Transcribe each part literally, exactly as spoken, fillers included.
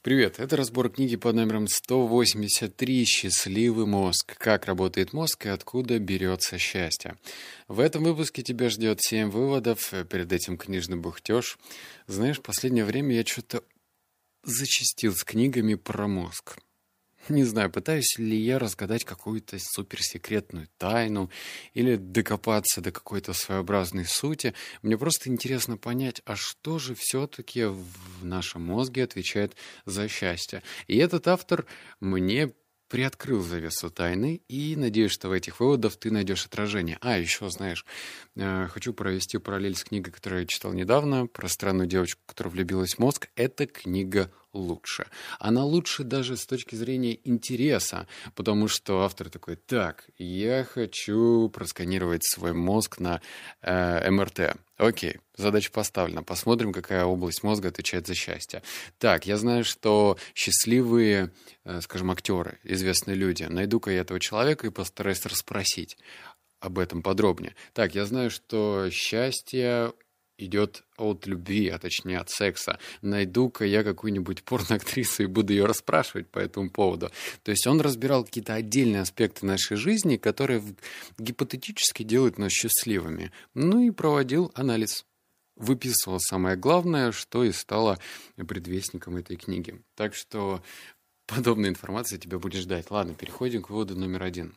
Привет, это разбор книги под номером сто восемьдесят три «Счастливый мозг. Как работает мозг и откуда берется счастье». В этом выпуске тебя ждет семь выводов, перед этим книжный бухтеж. Знаешь, в последнее время я что-то зачастил с книгами про мозг. Не знаю, пытаюсь ли я разгадать какую-то суперсекретную тайну или докопаться до какой-то своеобразной сути. Мне просто интересно понять, а что же все-таки в нашем мозге отвечает за счастье. И этот автор мне приоткрыл завесу тайны, и надеюсь, что в этих выводах ты найдешь отражение. А, еще, знаешь, э, хочу провести параллель с книгой, которую я читал недавно, про странную девочку, которая влюбилась в мозг. Эта книга лучше. Она лучше даже с точки зрения интереса, потому что автор такой: так, я хочу просканировать свой мозг на э, эм эр тэ. Окей, задача поставлена. Посмотрим, какая область мозга отвечает за счастье. Так, я знаю, что счастливые, э, скажем, актеры, известные люди. Найду-ка я этого человека и постараюсь расспросить об этом подробнее. Так, я знаю, что счастье идет от любви, а точнее от секса. Найду-ка я какую-нибудь порноактрису и буду ее расспрашивать по этому поводу. То есть он разбирал какие-то отдельные аспекты нашей жизни, которые гипотетически делают нас счастливыми. Ну и проводил анализ. Выписывал самое главное, что и стало предвестником этой книги. Так что подобная информация тебя будет ждать. Ладно, переходим к выводу номер один.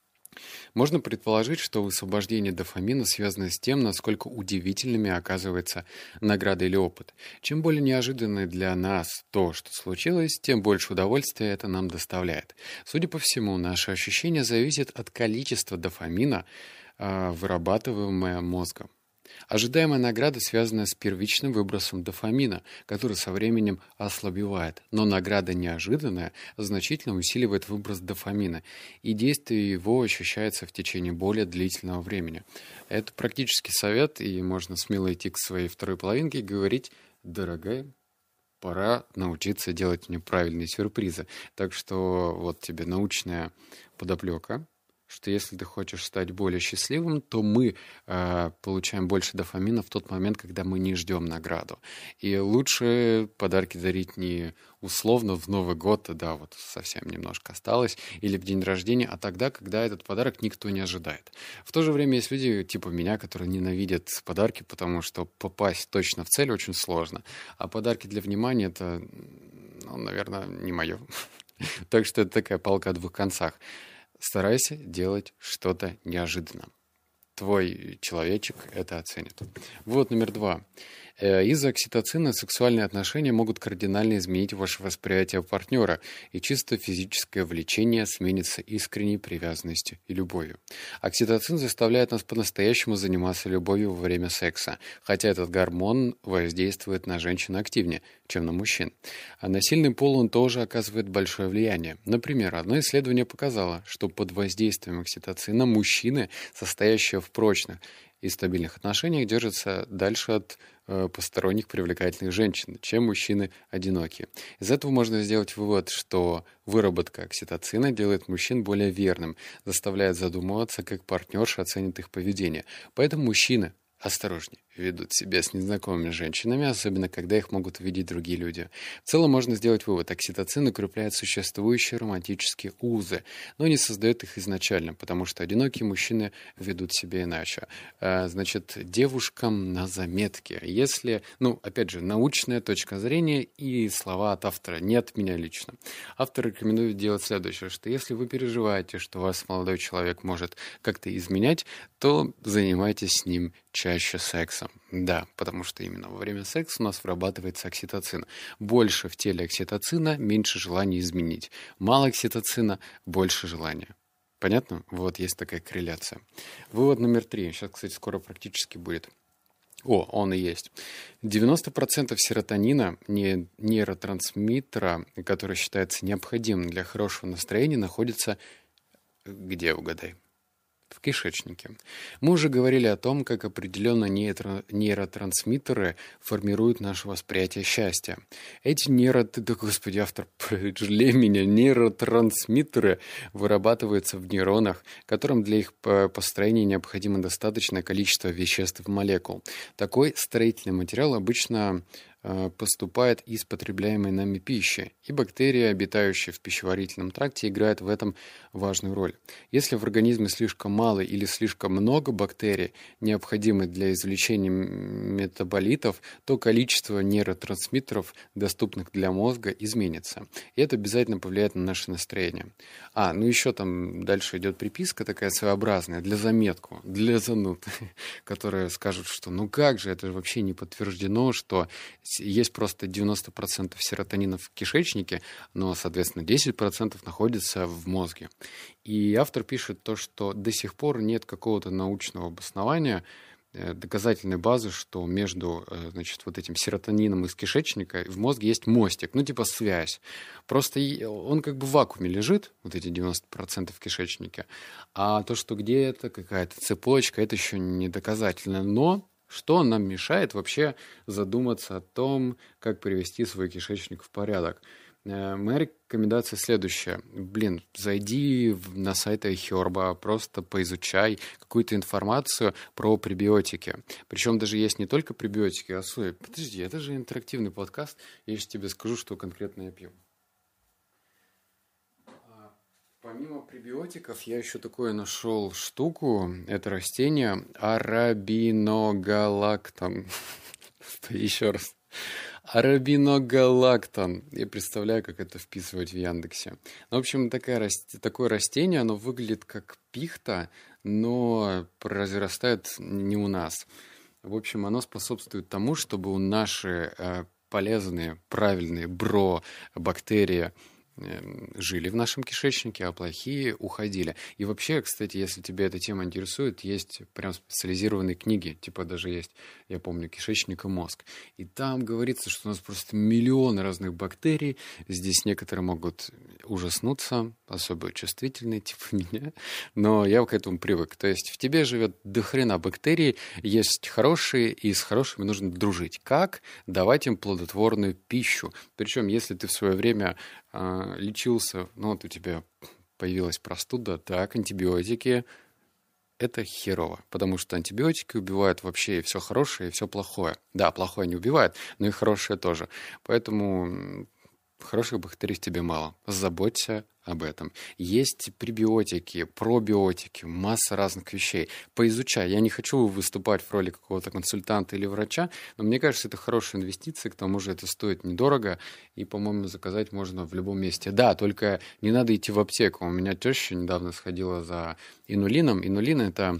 Можно предположить, что высвобождение дофамина связано с тем, насколько удивительными оказывается награда или опыт. Чем более неожиданно для нас то, что случилось, тем больше удовольствия это нам доставляет. Судя по всему, наше ощущение зависит от количества дофамина, вырабатываемого мозгом. Ожидаемая награда связана с первичным выбросом дофамина, который со временем ослабевает. Но награда неожиданная значительно усиливает выброс дофамина, и действие его ощущается в течение более длительного времени. Это практический совет, и можно смело идти к своей второй половинке и говорить: дорогая, пора научиться делать мне правильные сюрпризы. Так что вот тебе научная подоплека, что если ты хочешь стать более счастливым, то мы э, получаем больше дофамина в тот момент, когда мы не ждем награду. И лучше подарки дарить не условно в Новый год, да, вот совсем немножко осталось, или в день рождения, а тогда, когда этот подарок никто не ожидает. В то же время есть люди типа меня, которые ненавидят подарки, потому что попасть точно в цель очень сложно. А подарки для внимания — это, ну, наверное, не мое. Так что это такая палка о двух концах. Старайся делать что-то неожиданно. Твой человечек это оценит. Вот номер два. Из-за окситоцина сексуальные отношения могут кардинально изменить ваше восприятие партнера, и чисто физическое влечение сменится искренней привязанностью и любовью. Окситоцин заставляет нас по-настоящему заниматься любовью во время секса, хотя этот гормон воздействует на женщин активнее, чем на мужчин. А на сильный пол он тоже оказывает большое влияние. Например, одно исследование показало, что под воздействием окситоцина мужчины, состоящие в прочных и стабильных отношениях, держатся дальше от э, посторонних привлекательных женщин, чем мужчины одинокие. Из этого можно сделать вывод, что выработка окситоцина делает мужчин более верным, заставляет задумываться, как партнерша оценит их поведение. Поэтому мужчины осторожнее ведут себя с незнакомыми женщинами, особенно когда их могут увидеть другие люди. В целом можно сделать вывод: окситоцин укрепляет существующие романтические узы, но не создает их изначально, потому что одинокие мужчины ведут себя иначе. А, значит, девушкам на заметке. Если, ну, опять же, научная точка зрения и слова от автора, не от меня лично. Автор рекомендует делать следующее, что если вы переживаете, что вас молодой человек может как-то изменять, то занимайтесь с ним чаще сексом. Да, потому что именно во время секса у нас вырабатывается окситоцин. Больше в теле окситоцина, меньше желания изменить. Мало окситоцина, больше желания. Понятно? Вот есть такая корреляция. Вывод номер три. Сейчас, кстати, скоро практически будет. О, он и есть. девяносто процентов серотонина, нейротрансмиттера, который считается необходимым для хорошего настроения, находится где, угадай? В кишечнике. Мы уже говорили о том, как определенно нейро- нейротрансмиттеры формируют наше восприятие счастья. Эти нейро... Да, господи, автор, пожалей меня, нейротрансмиттеры вырабатываются в нейронах, которым для их построения необходимо достаточное количество веществ и молекул. Такой строительный материал обычно поступает из потребляемой нами пищи, и бактерии, обитающие в пищеварительном тракте, играют в этом важную роль. Если в организме слишком мало или слишком много бактерий, необходимых для извлечения метаболитов, то количество нейротрансмиттеров, доступных для мозга, изменится. И это обязательно повлияет на наше настроение. А, ну еще там дальше идет приписка такая своеобразная, для заметку, для зануд, которые скажут, что ну как же, это же вообще не подтверждено, что есть просто девяносто процентов серотонина в кишечнике, но, соответственно, десять процентов находится в мозге. И автор пишет то, что до сих пор нет какого-то научного обоснования, доказательной базы, что между, значит, вот этим серотонином из кишечника в мозге есть мостик, ну, типа связь. Просто он как бы в вакууме лежит, вот эти девяносто процентов в кишечнике, а то, что где-то какая-то цепочка, это еще не доказательно. Но что нам мешает вообще задуматься о том, как привести свой кишечник в порядок? Моя рекомендация следующая. Блин, зайди на сайт iHerb, просто поизучай какую-то информацию про пребиотики. Причем даже есть не только пребиотики, а сои. Подожди, это же интерактивный подкаст. Я сейчас тебе скажу, что конкретно я пью. Помимо пребиотиков, я еще такое нашел штуку. Это растение арабиногалактон. Еще раз. Арабиногалактон. Я представляю, как это вписывать в Яндексе. Ну, в общем, такая, такое растение, оно выглядит как пихта, но произрастает не у нас. В общем, оно способствует тому, чтобы у наши э, полезные, правильные бро-бактерии жили в нашем кишечнике, а плохие уходили. И вообще, кстати, если тебя эта тема интересует, есть прям специализированные книги, типа даже есть, я помню, «Кишечник и мозг». И там говорится, что у нас просто миллионы разных бактерий. Здесь некоторые могут ужаснуться, особо чувствительные, типа меня, но я к этому привык. То есть в тебе живет дохрена бактерий, есть хорошие, и с хорошими нужно дружить. Как? Давать им плодотворную пищу. Причем, если ты в свое время лечился, ну вот у тебя появилась простуда, так, антибиотики — это херово, потому что антибиотики убивают вообще и все хорошее, и все плохое. Да, плохое не убивает, но и хорошее тоже. Поэтому хороших бактерий в тебе мало. Заботься об этом. Есть пребиотики, пробиотики, масса разных вещей. Поизучай. Я не хочу выступать в роли какого-то консультанта или врача, но мне кажется, это хорошая инвестиция, к тому же это стоит недорого, и, по-моему, заказать можно в любом месте. Да, только не надо идти в аптеку. У меня теща недавно сходила за инулином. Инулин — это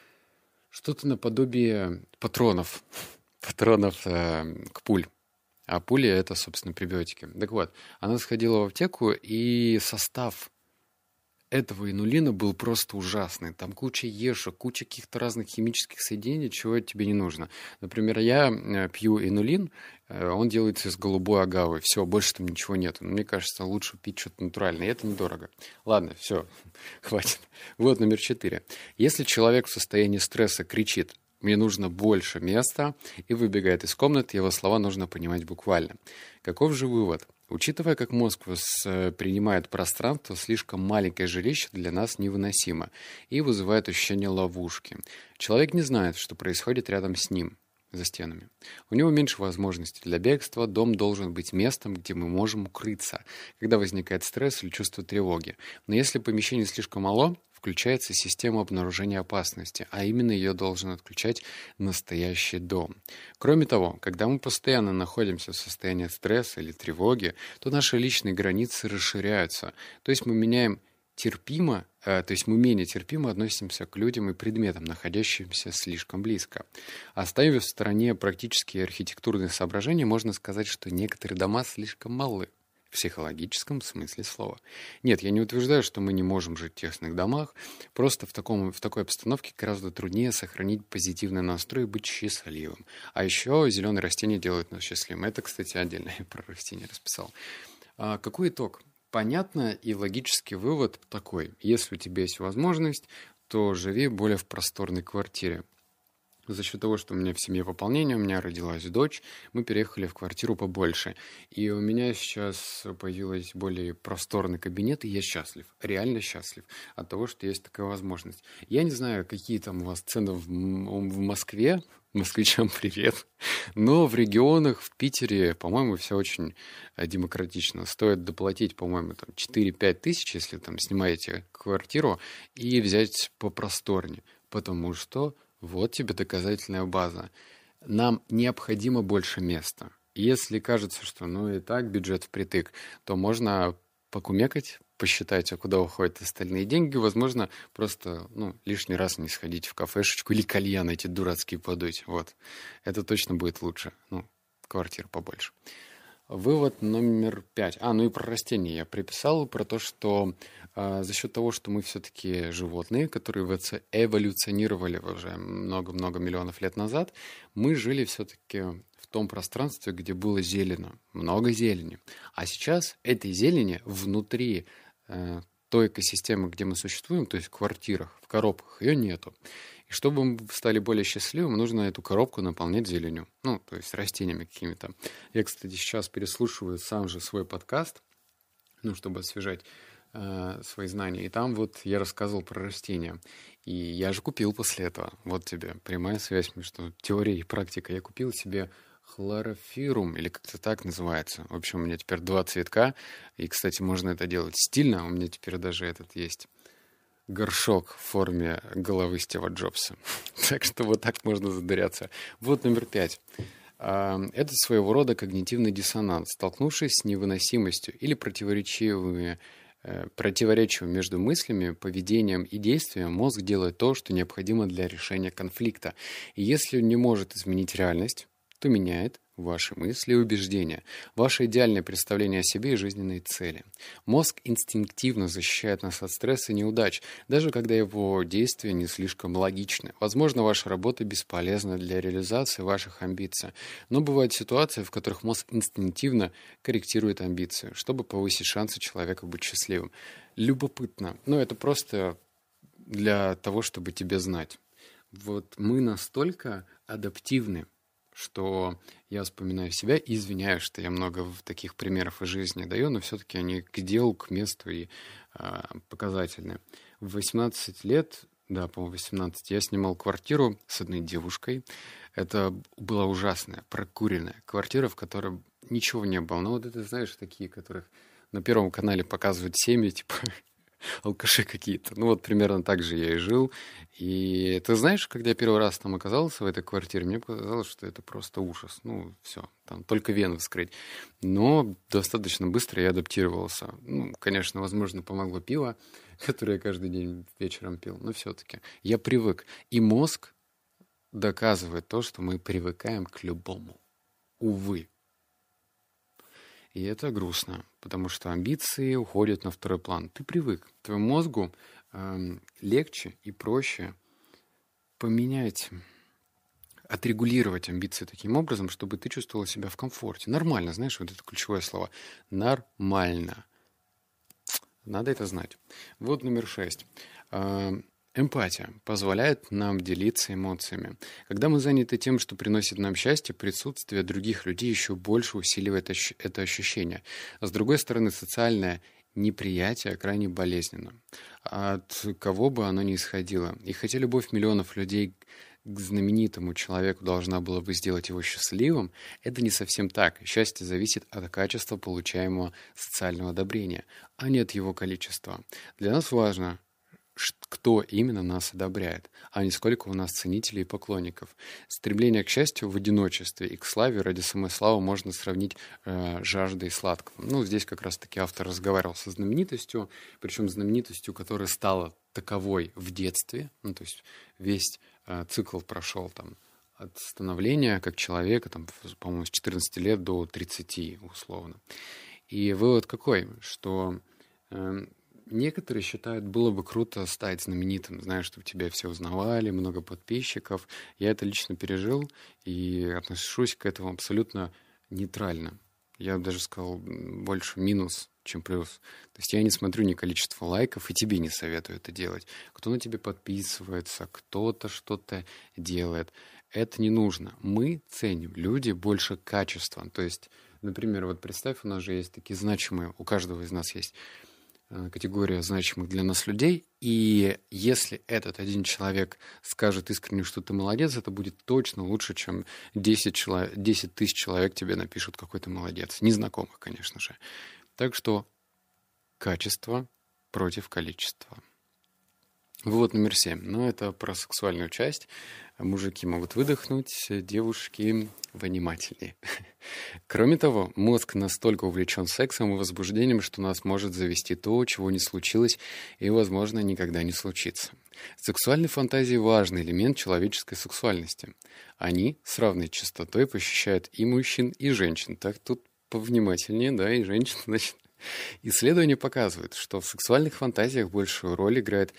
что-то наподобие патронов. Патронов э, к пуль. А пули — это, собственно, пребиотики. Так вот, она сходила в аптеку, и состав этого инулина был просто ужасный. Там куча ешек, куча каких-то разных химических соединений, чего тебе не нужно. Например, я пью инулин, он делается из голубой агавы. Все, больше там ничего нет. Но мне кажется, лучше пить что-то натуральное, и это недорого. Ладно, все, хватит. Вот номер четыре. Если человек в состоянии стресса кричит: «Мне нужно больше места», и выбегает из комнаты, его слова нужно понимать буквально. Каков же вывод? Учитывая, как мозг воспринимает пространство, слишком маленькое жилище для нас невыносимо и вызывает ощущение ловушки. Человек не знает, что происходит рядом с ним, за стенами. У него меньше возможностей для бегства, дом должен быть местом, где мы можем укрыться, когда возникает стресс или чувство тревоги. Но если помещение слишком мало, включается система обнаружения опасности, а именно ее должен отключать настоящий дом. Кроме того, когда мы постоянно находимся в состоянии стресса или тревоги, то наши личные границы расширяются, то есть мы меняем терпимо, э, то есть мы менее терпимо относимся к людям и предметам, находящимся слишком близко. Оставив в стороне практические архитектурные соображения, можно сказать, что некоторые дома слишком малы. В психологическом смысле слова. Нет, я не утверждаю, что мы не можем жить в тесных домах, просто в, таком, в такой обстановке гораздо труднее сохранить позитивный настрой и быть счастливым. А еще зеленые растения делают нас счастливым. Это, кстати, отдельно я про растения расписал. А какой итог? Понятно, и логический вывод такой. Если у тебя есть возможность, то живи более в просторной квартире. За счет того, что у меня в семье пополнение, у меня родилась дочь, мы переехали в квартиру побольше. И у меня сейчас появилась более просторный кабинет, и я счастлив, реально счастлив от того, что есть такая возможность. Я не знаю, какие там у вас цены в, М- в Москве, москвичам привет, но в регионах, в Питере, по-моему, все очень э, демократично. Стоит доплатить, по-моему, там четыре-пять тысяч, если там снимаете квартиру, и взять попросторнее, потому что вот тебе доказательная база. Нам необходимо больше места. Если кажется, что ну и так бюджет впритык, то можно покумекать, посчитать, а куда уходят остальные деньги. Возможно, просто ну, лишний раз не сходить в кафешечку или кальян эти дурацкие подуть. Вот. Это точно будет лучше. Ну, квартир побольше. Вывод номер пять. А, ну и про растения я приписал, про то, что а, за счет того, что мы все-таки животные, которые эвоци- эволюционировали уже много-много миллионов лет назад, мы жили все-таки в том пространстве, где было зелено, много зелени. А сейчас этой зелени внутри э, той экосистемы, где мы существуем, то есть в квартирах, в коробках, ее нету. И чтобы мы стали более счастливыми, нужно эту коробку наполнять зеленью. Ну, то есть растениями какими-то. Я, кстати, сейчас переслушиваю сам же свой подкаст, ну, чтобы освежать э, свои знания. И там вот я рассказывал про растения. И я же купил после этого. Вот тебе прямая связь между теорией и практикой. Я купил себе хлорофирум, или как-то так называется. В общем, у меня теперь два цветка. И, кстати, можно это делать стильно. У меня теперь даже этот есть горшок в форме головы Стива Джобса. Так что вот так можно задыряться. Вот номер пять. А, Это своего рода когнитивный диссонанс, столкнувшись с невыносимостью или противоречивыми, э, противоречием между мыслями, поведением и действием, мозг делает то, что необходимо для решения конфликта. И если он не может изменить реальность, то меняет ваши мысли и убеждения, ваше идеальное представление о себе и жизненные цели. Мозг инстинктивно защищает нас от стресса и неудач, даже когда его действия не слишком логичны. Возможно, ваша работа бесполезна для реализации ваших амбиций, но бывают ситуации, в которых мозг инстинктивно корректирует амбиции, чтобы повысить шансы человека быть счастливым. Любопытно. Но это просто для того, чтобы тебе знать. Вот мы настолько адаптивны, что я вспоминаю себя и извиняюсь, что я много в таких примеров из жизни даю, но все-таки они к делу, к месту и а, показательны. В восемнадцать лет, да, по-моему, восемнадцать, я снимал квартиру с одной девушкой. Это была ужасная, прокуренная квартира, в которой ничего не было. Ну вот это, знаешь, такие, которых на Первом канале показывают семьи, типа алкаши какие-то. Ну вот примерно так же я и жил. И ты знаешь, когда я первый раз там оказался в этой квартире, мне показалось, что это просто ужас. Ну все, там только вены вскрыть. Но достаточно быстро я адаптировался. Ну, конечно, возможно, помогло пиво, которое я каждый день вечером пил, но все-таки я привык. И мозг доказывает то, что мы привыкаем к любому. Увы. И это грустно, потому что амбиции уходят на второй план. Ты привык. Твоему мозгу э, легче и проще поменять, отрегулировать амбиции таким образом, чтобы ты чувствовал себя в комфорте. Нормально, знаешь, вот это ключевое слово. Нормально. Надо это знать. Вот номер шесть. Э, Эмпатия позволяет нам делиться эмоциями. Когда мы заняты тем, что приносит нам счастье, присутствие других людей еще больше усиливает ощ- это ощущение. А с другой стороны, социальное неприятие крайне болезненно. От кого бы оно ни исходило. И хотя любовь миллионов людей к знаменитому человеку должна была бы сделать его счастливым, это не совсем так. Счастье зависит от качества получаемого социального одобрения, а не от его количества. Для нас важно, кто именно нас одобряет, а не сколько у нас ценителей и поклонников. Стремление к счастью в одиночестве и к славе ради самой славы можно сравнить э, жаждой сладкого. Ну, здесь как раз-таки автор разговаривал со знаменитостью, причем знаменитостью, которая стала таковой в детстве, ну, то есть весь э, цикл прошел там от становления как человека, там, по-моему, с четырнадцати лет до тридцати, условно. И вывод какой? Что э, некоторые считают, было бы круто стать знаменитым, знаешь, чтобы тебя все узнавали, много подписчиков. Я это лично пережил и отношусь к этому абсолютно нейтрально. Я бы даже сказал, больше минус, чем плюс. То есть я не смотрю ни количество лайков, и тебе не советую это делать. Кто на тебя подписывается, кто-то что-то делает. Это не нужно. Мы ценим, люди, больше качества. То есть, например, вот представь, у нас же есть такие значимые, у каждого из нас есть категория значимых для нас людей, и если этот один человек скажет искренне, что ты молодец, это будет точно лучше, чем десять, человек, десять тысяч человек тебе напишут, какой ты молодец. Незнакомых, конечно же. Так что качество против количества. Вывод номер семь. Ну, это про сексуальную часть. Мужики могут выдохнуть, девушки внимательнее. Кроме того, мозг настолько увлечен сексом и возбуждением, что нас может завести то, чего не случилось и, возможно, никогда не случится. Сексуальные фантазии – важный элемент человеческой сексуальности. Они с равной частотой посещают и мужчин, и женщин. Так тут повнимательнее, да, и женщин, значит. Исследования показывают, что в сексуальных фантазиях большую роль играет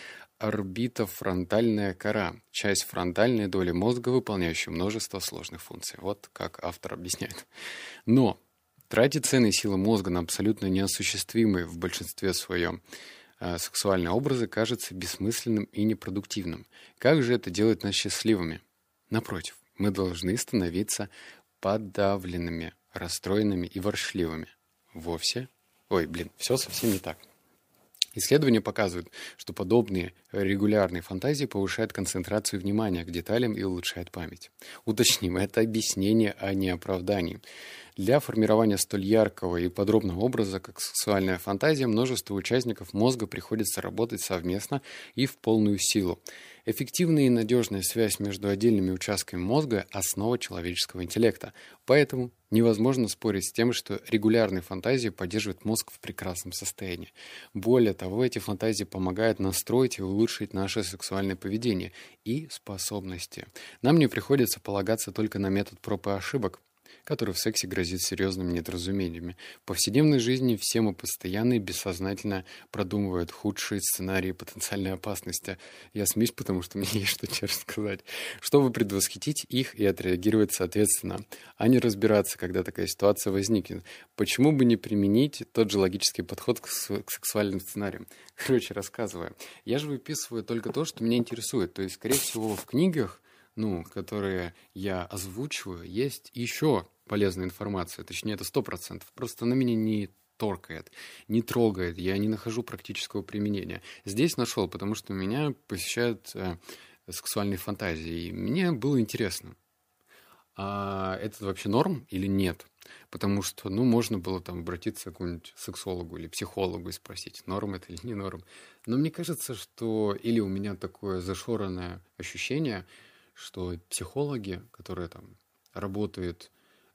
орбитофронтальная кора, часть фронтальной доли мозга, выполняющая множество сложных функций. Вот как автор объясняет. Но тратить ценные силы мозга на абсолютно неосуществимые в большинстве своем э, сексуальные образы кажется бессмысленным и непродуктивным. Как же это делает нас счастливыми? Напротив, мы должны становиться подавленными, расстроенными и ворчливыми. Вовсе. Ой, блин, все совсем не так. Исследования показывают, что подобные регулярные фантазии повышают концентрацию внимания к деталям и улучшают память. Уточним, это объяснение, а не оправдание. Для формирования столь яркого и подробного образа, как сексуальная фантазия, множество участников мозга приходится работать совместно и в полную силу. Эффективная и надежная связь между отдельными участками мозга – основа человеческого интеллекта. Поэтому невозможно спорить с тем, что регулярные фантазии поддерживают мозг в прекрасном состоянии. Более того, эти фантазии помогают настроить и улучшить наше сексуальное поведение и способности. Нам не приходится полагаться только на метод проб и ошибок, который в сексе грозит серьезными недоразумениями. В повседневной жизни все мы постоянно и бессознательно продумывают худшие сценарии потенциальной опасности. Я смеюсь, потому что мне есть что тебе рассказать. Чтобы предвосхитить их и отреагировать соответственно, а не разбираться, когда такая ситуация возникнет. Почему бы не применить тот же логический подход к, к сексуальным сценариям? Короче, рассказываю. Я же выписываю только то, что меня интересует. То есть, скорее всего, в книгах, ну, которые я озвучиваю, есть еще полезная информация. Точнее, это сто процентов. Просто она меня не торкает, не трогает. Я не нахожу практического применения. Здесь нашел, потому что меня посещают э, сексуальные фантазии. И мне было интересно, а это вообще норм или нет? Потому что, ну, можно было там обратиться к какому-нибудь сексологу или психологу и спросить, норм это или не норм. Но мне кажется, что или у меня такое зашоренное ощущение, что психологи, которые там работают,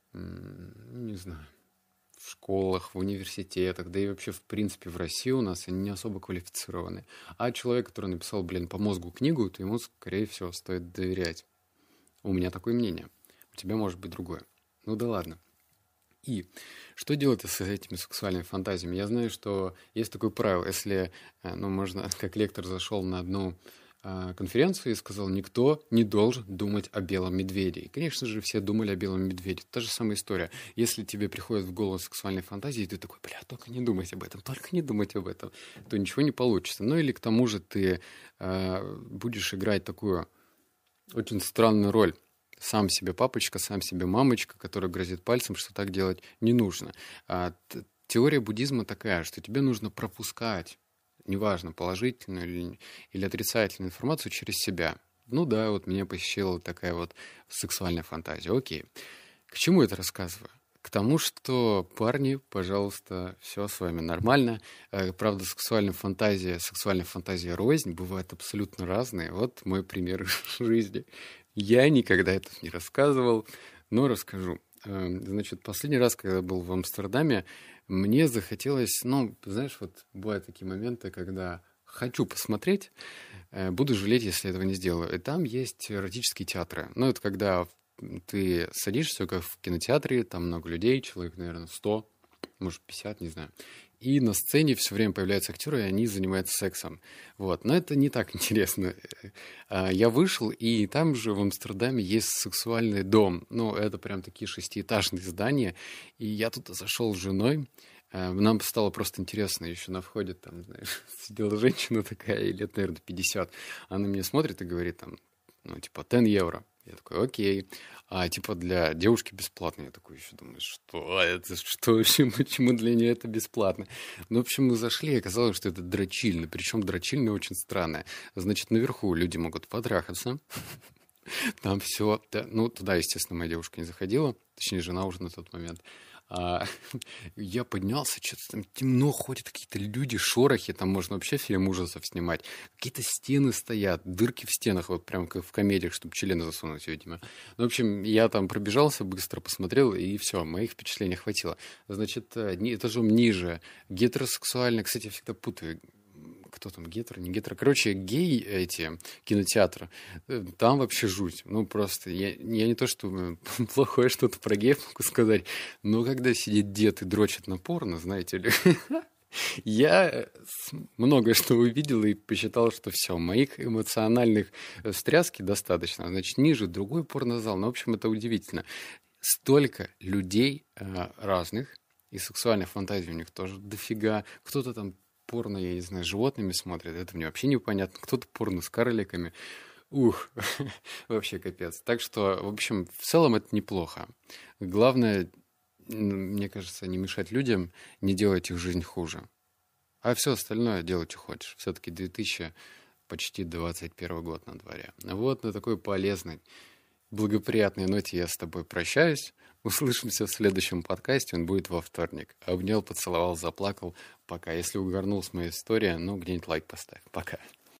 не знаю, в школах, в университетах, да и вообще, в принципе, в России у нас, они не особо квалифицированы. А человек, который написал, блин, по мозгу книгу, то ему, скорее всего, стоит доверять. У меня такое мнение. У тебя может быть другое. Ну да ладно. И что делать с этими сексуальными фантазиями? Я знаю, что есть такое правило, если, ну, можно, как лектор зашел на одну конференцию и сказал, никто не должен думать о белом медведе. И, конечно же, все думали о белом медведе. Та же самая история. Если тебе приходит в голову сексуальные фантазии, и ты такой, бля, только не думать об этом, только не думать об этом, то ничего не получится. Ну или к тому же ты э, будешь играть такую очень странную роль. Сам себе папочка, сам себе мамочка, которая грозит пальцем, что так делать не нужно. А, т- теория буддизма такая, что тебе нужно пропускать, неважно, положительную или, или отрицательную информацию через себя. Ну да, вот меня посещала такая вот сексуальная фантазия. Окей. К чему это рассказываю? К тому, что, парни, пожалуйста, все с вами нормально. Правда, сексуальная фантазия, сексуальная фантазия рознь бывают абсолютно разные. Вот мой пример жизни. Я никогда это не рассказывал, но расскажу. Значит, последний раз, когда был в Амстердаме, мне захотелось, ну, знаешь, вот бывают такие моменты, когда хочу посмотреть, буду жалеть, если этого не сделаю. И там есть эротические театры. Ну, это когда ты садишься, как в кинотеатре, там много людей, человек, наверное, сто, может, пятьдесят, не знаю. И на сцене все время появляются актеры, и они занимаются сексом. Вот. Но это не так интересно. Я вышел, и там же в Амстердаме есть сексуальный дом. Ну, это прям такие шестиэтажные здания. И я туда зашел с женой. Э, Нам стало просто интересно, еще на входе там, знаешь, сидела женщина такая, ей лет, наверное, пятьдесят. Она на меня смотрит и говорит там, ну, типа, десять евро. Я такой, окей. А типа для девушки бесплатно. Я такой еще думаю, что это, что вообще, почему для нее это бесплатно? Ну, в общем, мы зашли, и оказалось, что это дрочильня. Причем дрочильня очень странная. Значит, наверху люди могут потрахаться. Там все, ну, туда, естественно, моя девушка не заходила. Точнее, жена уже на тот момент. А, я поднялся, что-то там темно, ходят какие-то люди, шорохи, там можно вообще фильм ужасов снимать. Какие-то стены стоят, дырки в стенах, вот прям как в комедиях, чтобы члены засунуть, видимо. Ну, в общем, я там пробежался, быстро посмотрел, и все, моих впечатлений хватило. Значит, э, ни- этажом ниже, гетеросексуально, кстати, я всегда путаю, кто там, гетеро, не гетеро. Короче, гей эти кинотеатры, э, там вообще жуть. Ну, просто, я, я не то, что э, плохое что-то про геев могу сказать, но когда сидит дед и дрочит на порно, знаете ли, я э, с- многое что увидел и посчитал, что все, моих эмоциональных э, встряски достаточно. Значит, ниже другой порнозал. Ну, в общем, это удивительно. Столько людей э, разных, и сексуальных фантазий у них тоже дофига. Кто-то там порно, я не знаю, с животными смотрит, это мне вообще непонятно. Кто-то порно с карликами. Ух, вообще капец. Так что, в общем, в целом это неплохо. Главное, м, мне кажется, не мешать людям, не делать их жизнь хуже. А все остальное делай, что хочешь. Все-таки две тысячи почти двадцать первый год на дворе. Вот на такой полезной, благоприятной ноте я с тобой прощаюсь. Услышимся в следующем подкасте. Он будет во вторник. Обнял, поцеловал, заплакал. Пока. Если угорнул с моей историей, ну, где-нибудь лайк поставь. Пока.